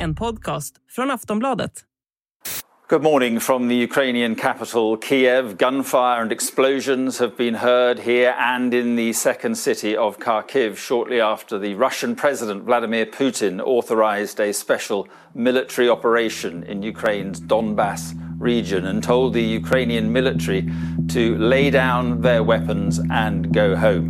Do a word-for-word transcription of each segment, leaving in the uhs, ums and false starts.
en podcast från Aftonbladet. Good morning from the Ukrainian capital, Kiev. Gunfire and explosions have been heard here and in the second city of Kharkiv shortly after the Russian President Vladimir Putin authorized a special military operation in Ukraine's Donbass region and told the Ukrainian military to lay down their weapons and go home.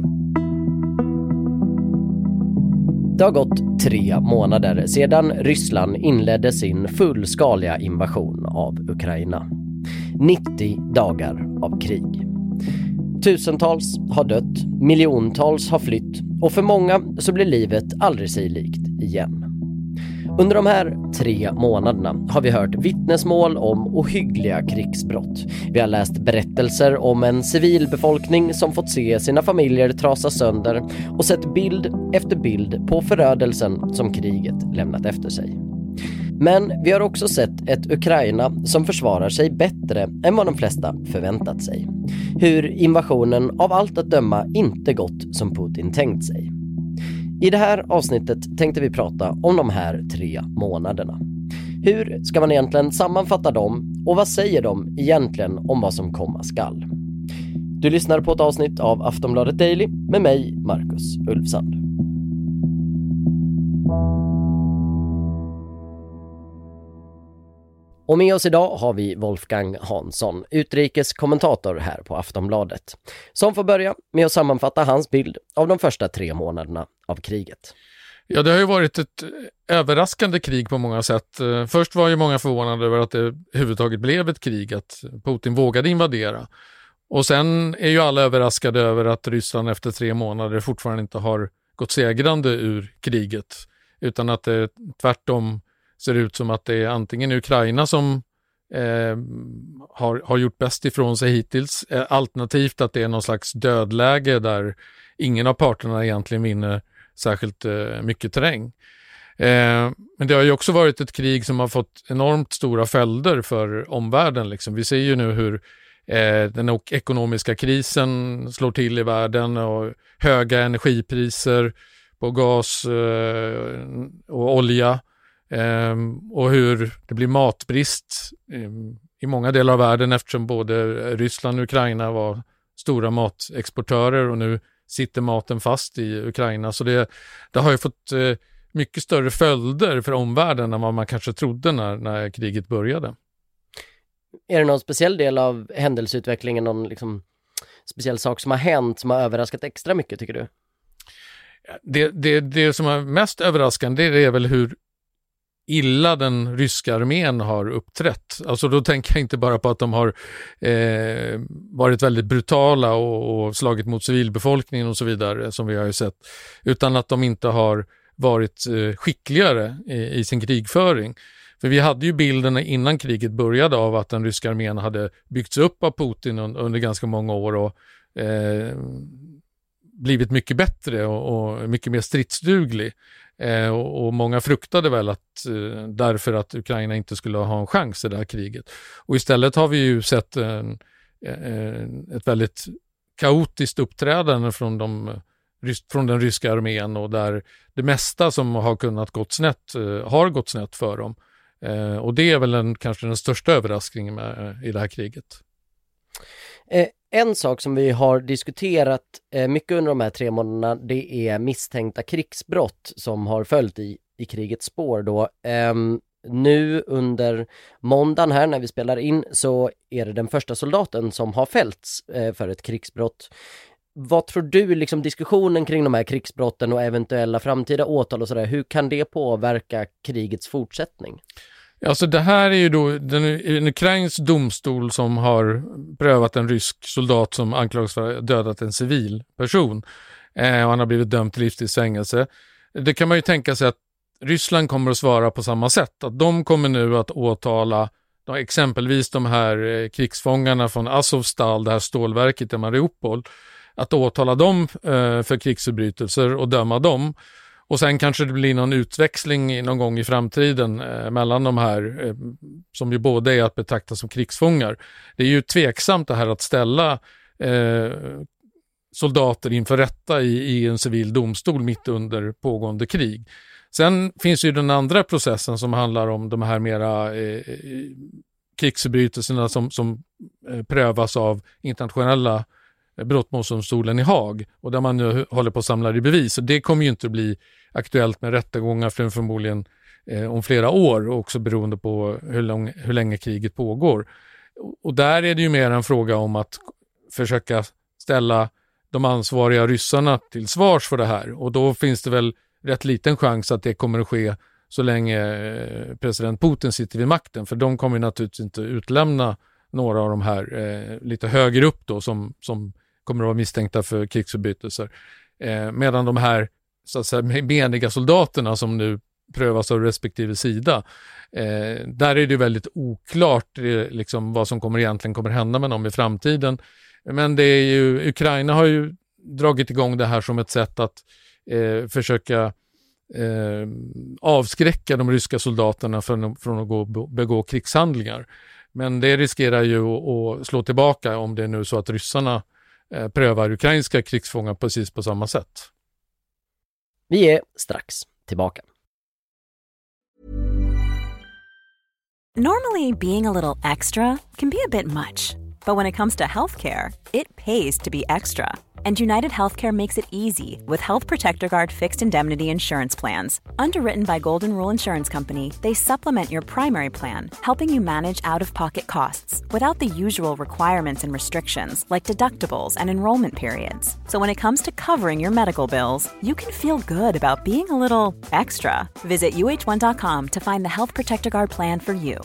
Det har gått tre månader sedan Ryssland inledde sin fullskaliga invasion av Ukraina. nittio dagar av krig. Tusentals har dött, miljontals har flytt och för många så blir livet aldrig sig likt igen. Under de här tre månaderna har vi hört vittnesmål om ohyggliga krigsbrott. Vi har läst berättelser om en civilbefolkning som fått se sina familjer trasas sönder och sett bild efter bild på förödelsen som kriget lämnat efter sig. Men vi har också sett ett Ukraina som försvarar sig bättre än vad de flesta förväntat sig. Hur invasionen av allt att döma inte gått som Putin tänkt sig. I det här avsnittet tänkte vi prata om de här tre månaderna. Hur ska man egentligen sammanfatta dem och vad säger de egentligen om vad som komma skall? Du lyssnar på ett avsnitt av Aftonbladet Daily med mig, Marcus Ulfsand. Och med oss idag har vi Wolfgang Hansson, utrikeskommentator här på Aftonbladet, som får börja med att sammanfatta hans bild av de första tre månaderna av kriget. Ja, det har ju varit ett överraskande krig på många sätt. Först var ju många förvånade över att det överhuvudtaget blev ett krig, att Putin vågade invadera. Och sen är ju alla överraskade över att Ryssland efter tre månader fortfarande inte har gått segrande ur kriget, utan att det tvärtom ser ut som att det är antingen Ukraina som eh, har, har gjort bäst ifrån sig hittills, eh, alternativt att det är någon slags dödläge där ingen av parterna egentligen vinner särskilt eh, mycket terräng. Eh, men det har ju också varit ett krig som har fått enormt stora följder för omvärlden. Liksom. Vi ser ju nu hur eh, den ekonomiska krisen slår till i världen och höga energipriser på gas eh, och olja. Um, och hur det blir matbrist um, i många delar av världen, eftersom både Ryssland och Ukraina var stora matexportörer och nu sitter maten fast i Ukraina. Så det, det har ju fått uh, mycket större följder för omvärlden än vad man kanske trodde när, när kriget började. Är det någon speciell del av händelseutvecklingen, någon liksom speciell sak som har hänt som har överraskat extra mycket, tycker du? Det, det, det som är mest överraskande det är väl hur illa den ryska armén har uppträtt. Alltså då tänker jag inte bara på att de har eh, varit väldigt brutala och, och slagit mot civilbefolkningen och så vidare, som vi har ju sett, utan att de inte har varit eh, skickligare i, i sin krigföring. För vi hade ju bilderna innan kriget började av att den ryska armén hade byggts upp av Putin un, under ganska många år och eh, blivit mycket bättre och, och mycket mer stridsduglig. Eh, och, och många fruktade väl att eh, därför att Ukraina inte skulle ha en chans i det här kriget. Och istället har vi ju sett en, en, ett väldigt kaotiskt uppträdande från, de, från den ryska armén, och där det mesta som har kunnat gått snett eh, har gått snett för dem. Eh, och det är väl en, kanske den största överraskningen med, i det här kriget. Eh, en sak som vi har diskuterat eh, mycket under de här tre månaderna, det är misstänkta krigsbrott som har följt i, i krigets spår då. Eh, nu under måndagen här när vi spelar in så är det den första soldaten som har fällts eh, för ett krigsbrott. Vad tror du, liksom diskussionen kring de här krigsbrotten och eventuella framtida åtal och sådär, hur kan det påverka krigets fortsättning? Alltså det här är ju då den, en ukrainsk domstol som har prövat en rysk soldat som anklagas för att ha dödat en civil person. Eh, och han har blivit dömd till livstidsfängelse. Det kan man ju tänka sig att Ryssland kommer att svara på samma sätt. Att de kommer nu att åtala då, exempelvis de här eh, krigsfångarna från Azovstal, det här stålverket i Mariupol. Att åtala dem eh, för krigsförbrytelser och döma dem. Och sen kanske det blir någon utväxling någon gång i framtiden eh, mellan de här eh, som ju båda är att betrakta som krigsfångar. Det är ju tveksamt det här att ställa eh, soldater inför rätta i, i en civil domstol mitt under pågående krig. Sen finns ju den andra processen som handlar om de här mera eh, krigsförbrytelserna som, som eh, prövas av internationella brottmålsdomstolen i Haag och där man nu håller på att samla i bevis. Och det kommer ju inte att bli aktuellt med rättegångar för förmodligen eh, om flera år, och också beroende på hur, lång, hur länge kriget pågår. Och där är det ju mer en fråga om att försöka ställa de ansvariga ryssarna till svars för det här. Och då finns det väl rätt liten chans att det kommer att ske så länge president Putin sitter vid makten. För de kommer naturligtvis inte utlämna några av de här eh, lite högre upp då som, som kommer att vara misstänkta för krigsförbrytelser. Eh, medan de här så att säga meniga soldaterna som nu prövas av respektive sida, eh, där är det väldigt oklart eh, liksom vad som kommer egentligen kommer hända med dem i framtiden. Men det är ju, Ukraina har ju dragit igång det här som ett sätt att eh, försöka eh, avskräcka de ryska soldaterna från, från att gå, begå krigshandlingar. Men det riskerar ju att slå tillbaka om det är nu så att ryssarna eh, prövar ukrainska krigsfångar precis på samma sätt. Vi är strax tillbaka. Normally, being a little extra can be a bit much. But when it comes to healthcare, it pays to be extra. And United Healthcare makes it easy with Health Protector Guard fixed indemnity insurance plans. Underwritten by Golden Rule Insurance Company, they supplement your primary plan, helping you manage out-of-pocket costs without the usual requirements and restrictions like deductibles and enrollment periods. So when it comes to covering your medical bills, you can feel good about being a little extra. Visit U H one dot com to find the Health Protector Guard plan for you.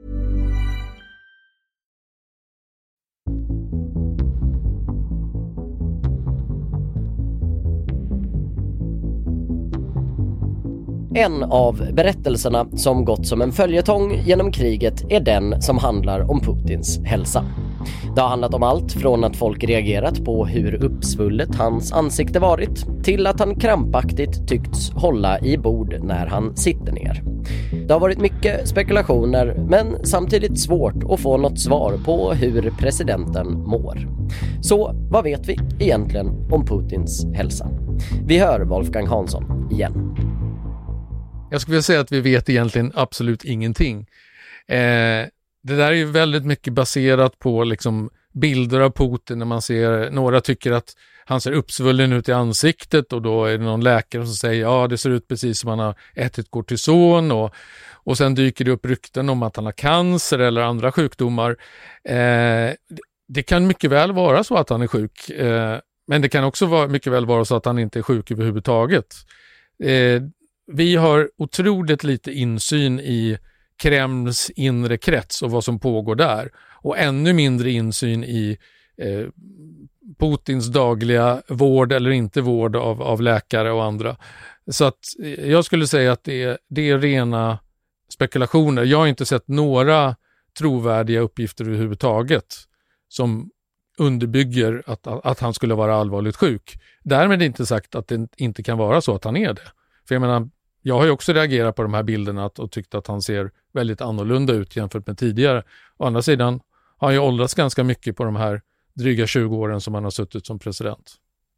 En av berättelserna som gått som en följetong genom kriget är den som handlar om Putins hälsa. Det har handlat om allt från att folk reagerat på hur uppsvullet hans ansikte varit till att han krampaktigt tyckts hålla i bord när han sitter ner. Det har varit mycket spekulationer men samtidigt svårt att få något svar på hur presidenten mår. Så vad vet vi egentligen om Putins hälsa? Vi hör Wolfgang Hansson igen. Jag skulle vilja säga att vi vet egentligen absolut ingenting. Eh, det där är ju väldigt mycket baserat på liksom bilder av Putin när man ser, några tycker att han ser uppsvullen ut i ansiktet och då är det någon läkare som säger ja det ser ut precis som han har ätit kortison och, och sen dyker det upp rykten om att han har cancer eller andra sjukdomar. Eh, det kan mycket väl vara så att han är sjuk eh, men det kan också vara, mycket väl vara så att han inte är sjuk överhuvudtaget. Eh, Vi har otroligt lite insyn i Kremls inre krets och vad som pågår där. Och ännu mindre insyn i eh, Putins dagliga vård eller inte vård av, av läkare och andra. Så att jag skulle säga att det är, det är rena spekulationer. Jag har inte sett några trovärdiga uppgifter överhuvudtaget som underbygger att, att han skulle vara allvarligt sjuk. Därmed är det inte sagt att det inte kan vara så att han är det. För jag menar, jag har ju också reagerat på de här bilderna och tyckt att han ser väldigt annorlunda ut jämfört med tidigare. Å andra sidan har han ju åldrats ganska mycket på de här dryga tjugo åren som han har suttit som president.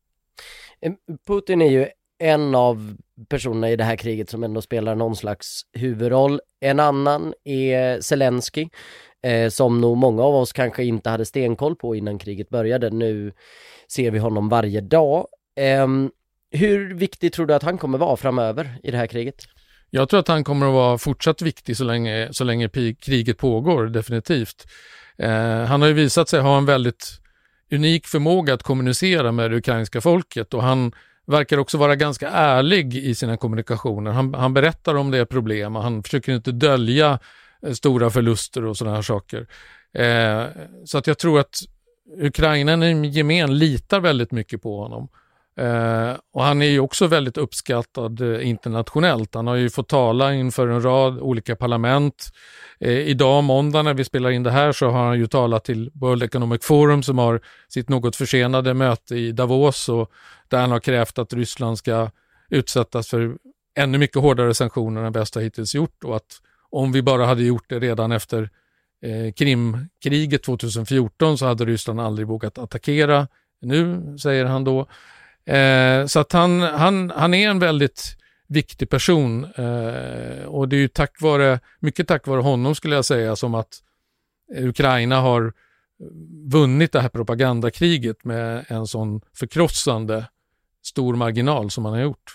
Putin är ju en av personerna i det här kriget som ändå spelar någon slags huvudroll. En annan är Zelensky eh, som nog många av oss kanske inte hade stenkoll på innan kriget började. Nu ser vi honom varje dag. Eh, Hur viktig tror du att han kommer vara framöver i det här kriget? Jag tror att han kommer att vara fortsatt viktig så länge, så länge kriget pågår, definitivt. Eh, han har ju visat sig ha en väldigt unik förmåga att kommunicera med det ukrainska folket och han verkar också vara ganska ärlig i sina kommunikationer. Han, han berättar om det problem och han försöker inte dölja stora förluster och sådana här saker. Eh, så att jag tror att Ukraina i gemen litar väldigt mycket på honom. Uh, och han är ju också väldigt uppskattad uh, internationellt. Han har ju fått tala inför en rad olika parlament. Uh, idag måndag när vi spelar in det här så har han ju talat till World Economic Forum som har sitt något försenade möte i Davos och där han har krävt att Ryssland ska utsättas för ännu mycket hårdare sanktioner än väst har hittills gjort och att om vi bara hade gjort det redan efter uh, Krimkriget tjugohundrafjorton så hade Ryssland aldrig vågat attackera. Nu säger han då. Eh, så att han, han, han är en väldigt viktig person. Eh, och det är ju tack vare, mycket tack vare honom skulle jag säga, som att Ukraina har vunnit det här propagandakriget med en sån förkrossande stor marginal som man har gjort.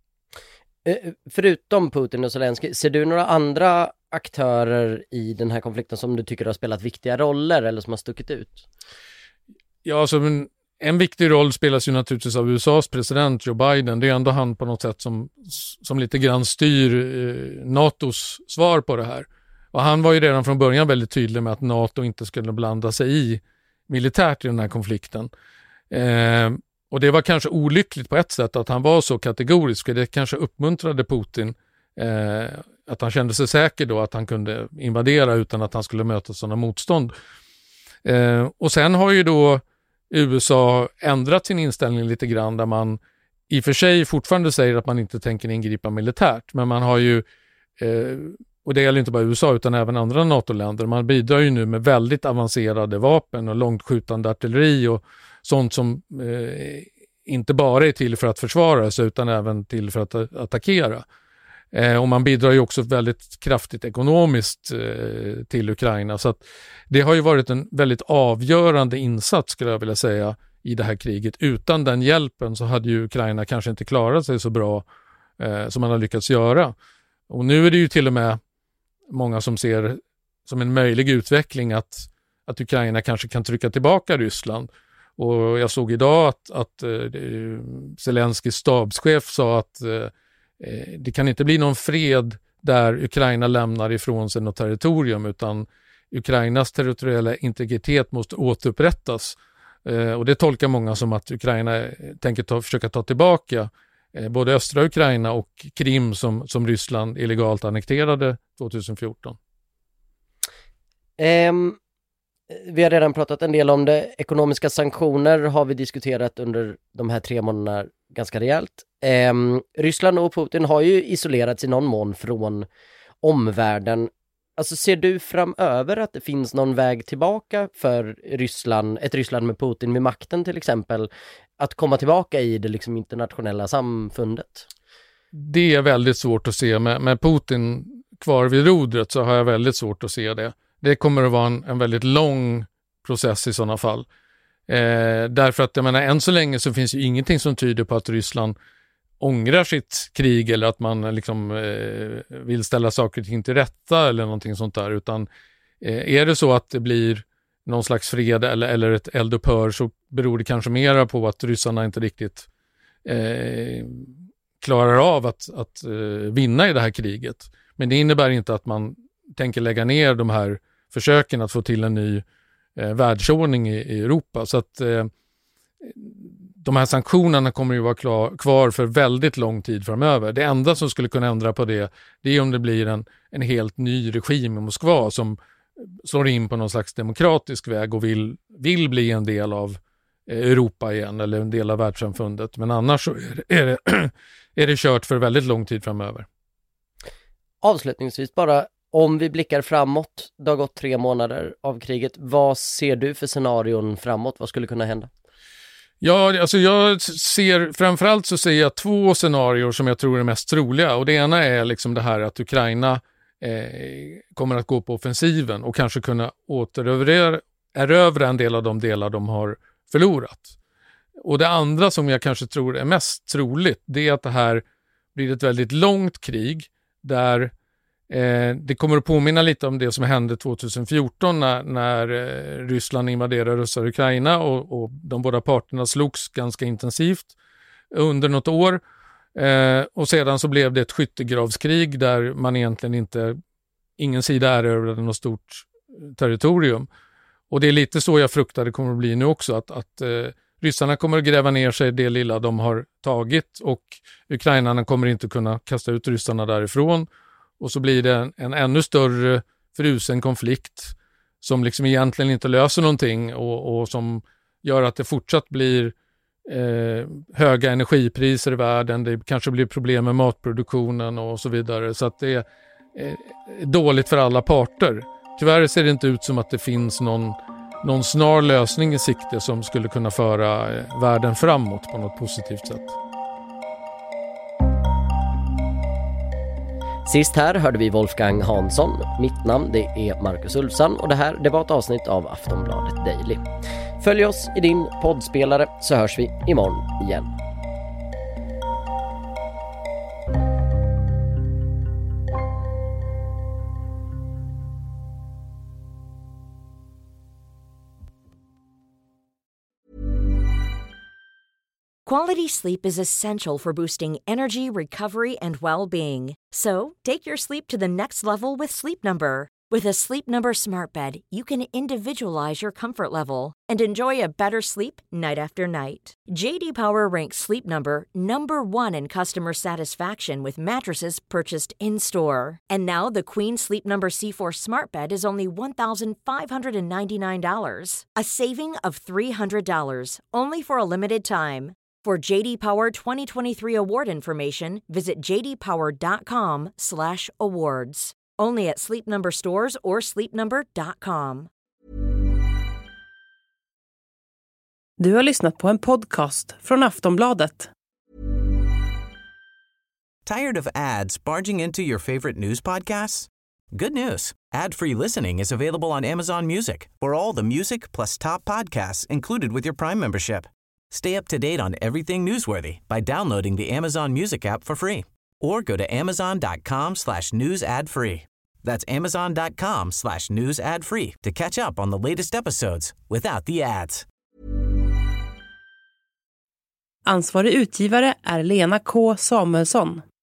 Förutom Putin och Zelensky, ser du några andra aktörer i den här konflikten som du tycker har spelat viktiga roller eller som har stuckit ut? Ja, alltså en, en viktig roll spelas ju naturligtvis av U S A:s president Joe Biden. Det är ändå han på något sätt som, som lite grann styr eh, NATOs svar på det här. Och han var ju redan från början väldigt tydlig med att NATO inte skulle blanda sig i militärt i den här konflikten. Eh, och det var kanske olyckligt på ett sätt att han var så kategorisk, och det kanske uppmuntrade Putin eh, att han kände sig säker då att han kunde invadera utan att han skulle möta sådana motstånd. Eh, och sen har ju då U S A ändrat sin inställning lite grann, där man i och för sig fortfarande säger att man inte tänker ingripa militärt, men man har ju eh, och det gäller inte bara U S A utan även andra NATO-länder. Man bidrar ju nu med väldigt avancerade vapen och långtskjutande artilleri och sånt som eh, inte bara är till för att försvara sig utan även till för att attackera. Eh, och man bidrar ju också väldigt kraftigt ekonomiskt eh, till Ukraina. Så att det har ju varit en väldigt avgörande insats skulle jag vilja säga i det här kriget. Utan den hjälpen så hade ju Ukraina kanske inte klarat sig så bra eh, som man har lyckats göra. Och nu är det ju till och med många som ser som en möjlig utveckling att, att Ukraina kanske kan trycka tillbaka Ryssland. Och jag såg idag att, att eh, Zelenskys stabschef sa att eh, det kan inte bli någon fred där Ukraina lämnar ifrån sig något territorium, utan Ukrainas territoriella integritet måste återupprättas. Eh, och det tolkar många som att Ukraina tänker ta, försöka ta tillbaka eh, både östra Ukraina och Krim som, som Ryssland illegalt annekterade tjugohundrafjorton. Um, vi har redan pratat en del om det. Ekonomiska sanktioner har vi diskuterat under de här tre månaderna ganska rejält. Um, Ryssland och Putin har ju isolerats i någon mån från omvärlden. Alltså, ser du framöver att det finns någon väg tillbaka för Ryssland, ett Ryssland med Putin vid makten till exempel, att komma tillbaka i det liksom internationella samfundet? Det är väldigt svårt att se. Med, med Putin kvar vid rodret så har jag väldigt svårt att se det. Det kommer att vara en, en väldigt lång process i sådana fall. Eh, därför att jag menar, än så länge så finns ju ingenting som tyder på att Ryssland ångrar sitt krig eller att man liksom eh, vill ställa saker och ting till rätta eller någonting sånt där, utan eh, är det så att det blir någon slags fred eller, eller ett eldupphör, så beror det kanske mera på att ryssarna inte riktigt eh, klarar av att, att eh, vinna i det här kriget. Men det innebär inte att man tänker lägga ner de här försöken att få till en ny eh, världsordning i, i Europa. Så att eh, de här sanktionerna kommer ju vara klar, kvar för väldigt lång tid framöver. Det enda som skulle kunna ändra på det, det är om det blir en, en helt ny regim i Moskva som slår in på någon slags demokratisk väg och vill, vill bli en del av Europa igen eller en del av världssamfundet. Men annars så är det, är det, är det kört för väldigt lång tid framöver. Avslutningsvis bara, om vi blickar framåt, det har gått tre månader av kriget. Vad ser du för scenarion framåt? Vad skulle kunna hända? Ja, alltså jag ser, framförallt så ser jag två scenarier som jag tror är mest troliga. Och det ena är liksom det här att Ukraina eh, kommer att gå på offensiven och kanske kunna återerövra en del av de delar de har förlorat. Och det andra som jag kanske tror är mest troligt, det är att det här blir ett väldigt långt krig där eh, det kommer att påminna lite om det som hände tjugohundrafjorton när, när eh, Ryssland invaderade östra Ukraina och, och de båda parterna slogs ganska intensivt under något år. Eh, och sedan så blev det ett skyttegravskrig där man egentligen inte, ingen sida erövrade något stort territorium. Och det är lite så jag fruktar det kommer att bli nu också, att, att eh, ryssarna kommer att gräva ner sig det lilla de har tagit och ukrainarna kommer inte kunna kasta ut ryssarna därifrån. Och så blir det en, en ännu större frusen konflikt som liksom egentligen inte löser någonting och, och som gör att det fortsatt blir eh, höga energipriser i världen. Det kanske blir problem med matproduktionen och så vidare. Så att det är eh, dåligt för alla parter. Tyvärr ser det inte ut som att det finns någon, någon snar lösning i sikte som skulle kunna föra världen framåt på något positivt sätt. Sist här hörde vi Wolfgang Hansson. Mitt namn det är Marcus Ulfsson och det här det var ett avsnitt av Aftonbladet Daily. Följ oss i din poddspelare så hörs vi imorgon igen. Quality sleep is essential for boosting energy, recovery, and well-being. So, take your sleep to the next level with Sleep Number. With a Sleep Number smart bed, you can individualize your comfort level and enjoy a better sleep night after night. J D Power ranks Sleep Number number one in customer satisfaction with mattresses purchased in-store. And now the Queen Sleep Number C four smart bed is only one thousand five hundred ninety-nine dollars, a saving of three hundred dollars, only for a limited time. For J D Power twenty twenty-three award information, visit j d power dot com slash awards. Only at Sleep Number stores or sleep number dot com. Du har lyssnat på en podcast från Aftonbladet. Tired of ads barging into your favorite news podcasts? Good news. Ad-free listening is available on Amazon Music for all the music plus top podcasts included with your Prime membership. Stay up to date on everything newsworthy by downloading the Amazon Music app for free or go to amazon.com slash news ad free. That's amazon.com slash news ad free to catch up on the latest episodes without the ads. Ansvarig utgivare är Lena K. Samuelsson.